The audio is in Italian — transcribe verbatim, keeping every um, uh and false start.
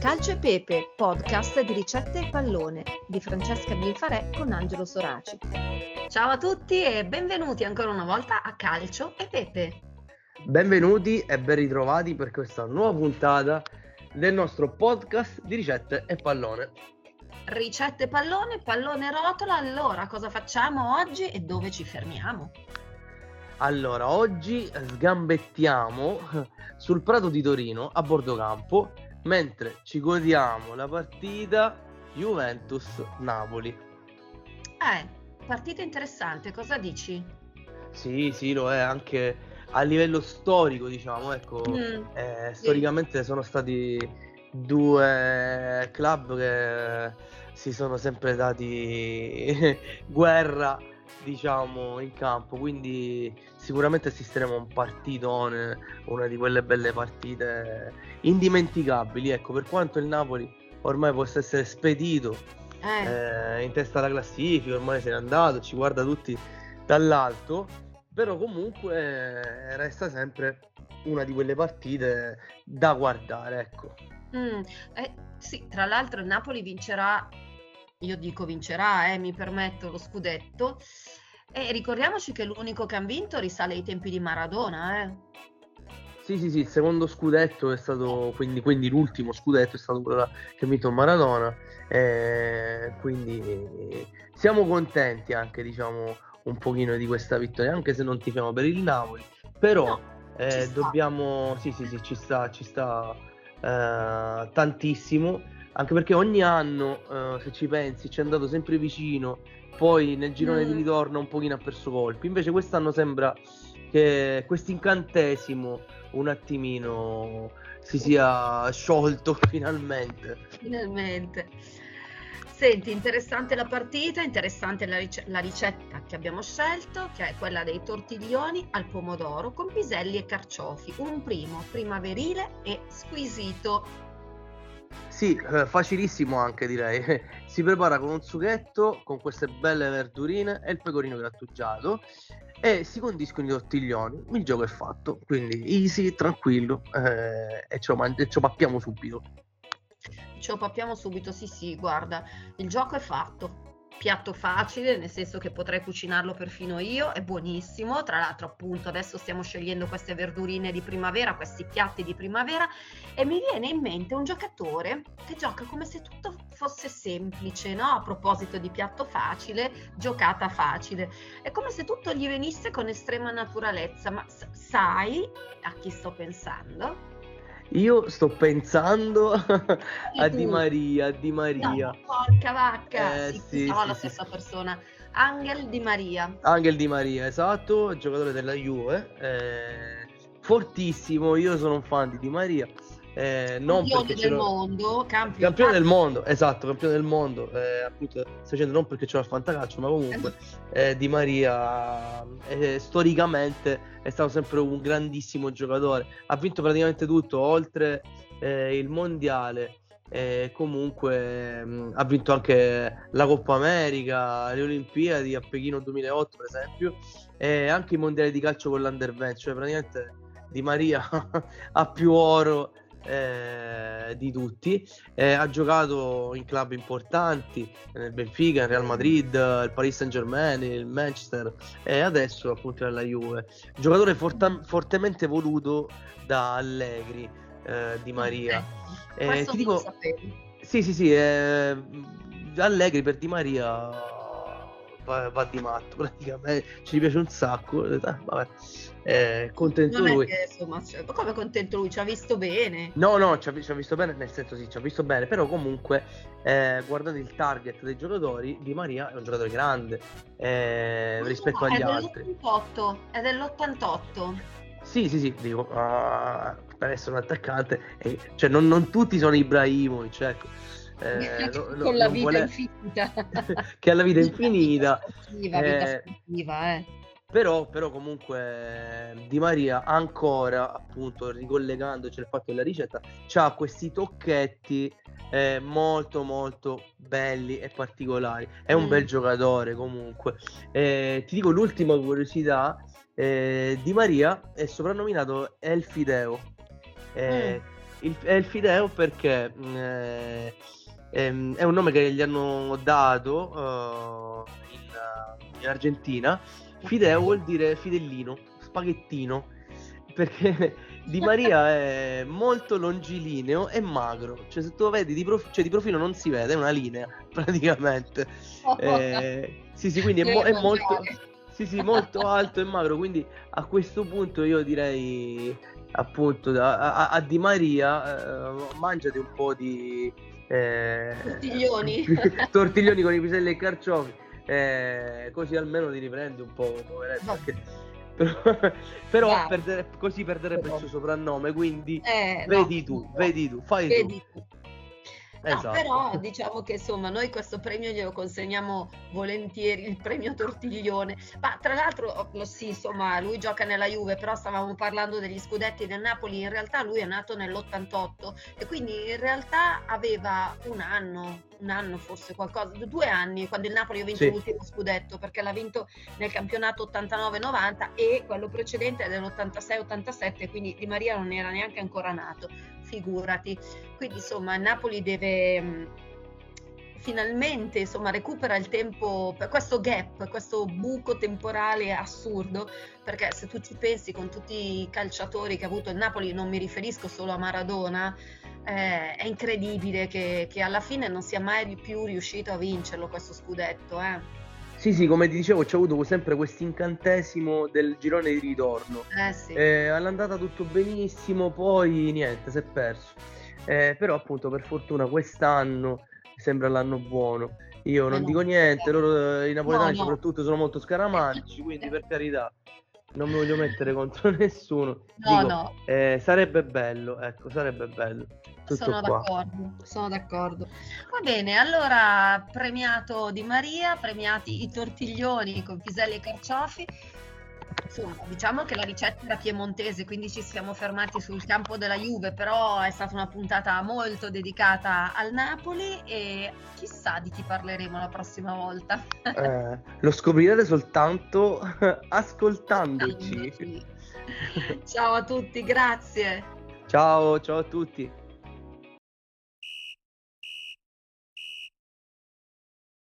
Calcio e Pepe, podcast di ricette e pallone di Francesca Bifarè con Angelo Soraci. Ciao a tutti e benvenuti ancora una volta a Calcio e Pepe. Benvenuti e ben ritrovati per questa nuova puntata del nostro podcast di ricette e pallone. Ricette e pallone, pallone rotola. Allora, cosa facciamo oggi e dove ci fermiamo? Allora, oggi sgambettiamo sul Prato di Torino a bordo campo mentre ci godiamo la partita Juventus-Napoli. Eh, partita interessante, cosa dici? Sì, sì, lo è anche a livello storico, diciamo, ecco, Mm, eh, sì. storicamente sono stati due club che si sono sempre dati guerra, diciamo, in campo, quindi sicuramente assisteremo a un partitone, una di quelle belle partite indimenticabili, ecco, per quanto il Napoli ormai possa essere spedito Eh, eh, in testa alla classifica, ormai se n'è andato, ci guarda tutti dall'alto, però comunque eh, resta sempre una di quelle partite da guardare, ecco. mm, eh, sì, tra l'altro il Napoli vincerà, io dico vincerà, eh, mi permetto lo scudetto. E ricordiamoci che l'unico che ha vinto risale ai tempi di Maradona, eh. Sì, sì, sì, il secondo scudetto è stato, quindi, quindi l'ultimo scudetto è stato quello che ha vinto Maradona, eh, quindi siamo contenti anche, diciamo, un pochino di questa vittoria, anche se non tifiamo per il Napoli, però No, ci eh, sta. dobbiamo, sì, sì, sì, ci sta, ci sta eh, tantissimo, anche perché ogni anno, eh, se ci pensi, ci è andato sempre vicino, poi nel girone di Mm. ritorno un pochino ha perso colpi, invece quest'anno sembra che questo incantesimo un attimino si sia sciolto finalmente. Finalmente. Senti, interessante la partita, interessante la, rice- la ricetta che abbiamo scelto, che è quella dei tortiglioni al pomodoro con piselli e carciofi. Un primo primaverile e squisito. Sì, eh, facilissimo anche, direi. Si prepara con un sughetto, con queste belle verdurine e il pecorino grattugiato e si condiscono i tortiglioni. Il gioco è fatto, quindi easy, tranquillo, eh, e ce lo, man- e ce lo pappiamo subito. Ce lo pappiamo subito, sì sì, guarda, il gioco è fatto. Piatto facile, nel senso che potrei cucinarlo perfino io, è buonissimo. Tra l'altro, appunto, adesso stiamo scegliendo queste verdurine di primavera, questi piatti di primavera, e mi viene in mente un giocatore che gioca come se tutto fosse semplice, no? A proposito di piatto facile, giocata facile. È come se tutto gli venisse con estrema naturalezza, ma s- sai a chi sto pensando? Io sto pensando E a Di tu? Maria, a Di No, Maria. porca vacca! Eh Sì, sì, siamo sì, la sì, stessa sì. persona. Angel Di Maria. Angel Di Maria, esatto, giocatore della Juve, eh, fortissimo, io sono un fan di Di Maria, eh, non Campione perché ce del l'ho... mondo, campione. Campione del mondo, esatto, campione del mondo, eh, appunto, sto dicendo non perché ce l'ho al fantacalcio, ma comunque eh, Di Maria eh, storicamente è stato sempre un grandissimo giocatore, ha vinto praticamente tutto, oltre eh, il mondiale. E comunque mh, ha vinto anche la Coppa America, le Olimpiadi a Pechino duemilaotto per esempio, e anche i mondiali di calcio con l'Under venti, cioè praticamente Di Maria ha più oro eh, di tutti. Eh, ha giocato in club importanti, nel Benfica, nel Real Madrid, il Paris Saint-Germain, il Manchester e adesso appunto nella Juve. Giocatore forta- fortemente voluto da Allegri, eh, Di Maria. Ecco, Eh, questo ti non lo dico, sapevo. sì, sì, sì, eh, Allegri per Di Maria va, va di matto, praticamente ci piace un sacco, eh, vabbè, eh, contento Non è lui. che insomma, cioè, ma come contento lui, ci ha visto bene. No, no, ci ha, ci ha visto bene, nel senso sì, ci ha visto bene, però comunque eh, guardate il target dei giocatori, Di Maria è un giocatore grande eh, rispetto Ah, agli è altri. dell'ottantotto, è dell'ottantotto. Sì, sì, sì, dico, ah, per essere un attaccante, eh, cioè non, non tutti sono Ibrahimovic, ecco, eh, no- no- Con la non vita vuole infinita. che ha la vita Vita, vita infinita, sportiva, vita eh, sportiva, eh. Però, però comunque Di Maria ancora, appunto, ricollegandoci al fatto della ricetta, c'ha questi tocchetti eh, molto molto belli e particolari. È un bel Mm. giocatore comunque. Eh, ti dico l'ultima curiosità, eh, Di Maria è soprannominato El Fideo. Mm. Eh, il, è il Fideo perché mh, è, ehm, è un nome che gli hanno dato uh, in, in Argentina. Fideo Ok. vuol dire fidellino, spaghettino, perché Di Maria è molto longilineo e magro, cioè se tu lo vedi di, prof- cioè, di profilo non si vede, è una linea praticamente. Eh, sì, sì, quindi è, Deve mo- è molto, mangiare. sì, sì, molto alto e magro, quindi a questo punto io direi appunto a, a- a Di Maria eh, mangiati un po' di eh, Tortiglioni. tortiglioni con i piselli e carciofi, eh, così almeno ti riprendi un po', poveretto, Vabbè, perché però, però dai. perdere- così perderebbe il suo soprannome, quindi Eh, no, vedi tu, non può. vedi tu, fai tu. Vedi tu. No, Esatto. però diciamo che insomma noi questo premio glielo consegniamo volentieri, il premio Tortiglione. Ma tra l'altro, oh, sì, insomma, lui gioca nella Juve, però stavamo parlando degli scudetti del Napoli, in realtà lui è nato nell'ottantotto e quindi in realtà aveva un anno, un anno forse qualcosa, due anni quando il Napoli ha vinto Sì. l'ultimo scudetto, perché l'ha vinto nel campionato ottantanove novanta e quello precedente è dell'ottantasei ottantasette, quindi Di Maria non era neanche ancora nato, figurati. Quindi insomma il Napoli deve mh, finalmente insomma recupera il tempo per questo gap, questo buco temporale assurdo, perché se tu ci pensi con tutti i calciatori che ha avuto il Napoli, non mi riferisco solo a Maradona, eh, è incredibile che, che alla fine non sia mai più riuscito a vincerlo questo scudetto, eh. Sì, sì, come ti dicevo, c'è avuto sempre questo incantesimo del girone di ritorno. Eh sì. Eh, all'andata tutto benissimo, poi niente, si è perso. Eh, però appunto per fortuna quest'anno sembra l'anno buono. Io non Meno dico male. niente, loro eh, i No, napoletani no. soprattutto sono molto scaramantici, quindi per carità non mi voglio mettere contro nessuno. No, Dico, no. eh, sarebbe bello, ecco, sarebbe bello. Tutto Sono qua. d'accordo, sono d'accordo. Va bene, allora premiato Di Maria, premiati i tortiglioni con piselli e carciofi. Insomma, diciamo che la ricetta era piemontese, quindi ci siamo fermati sul campo della Juve, però è stata una puntata molto dedicata al Napoli e chissà di chi parleremo la prossima volta. Eh, lo scoprirete soltanto ascoltandoci. Ascoltandoci. Ciao a tutti, grazie. Ciao, ciao a tutti.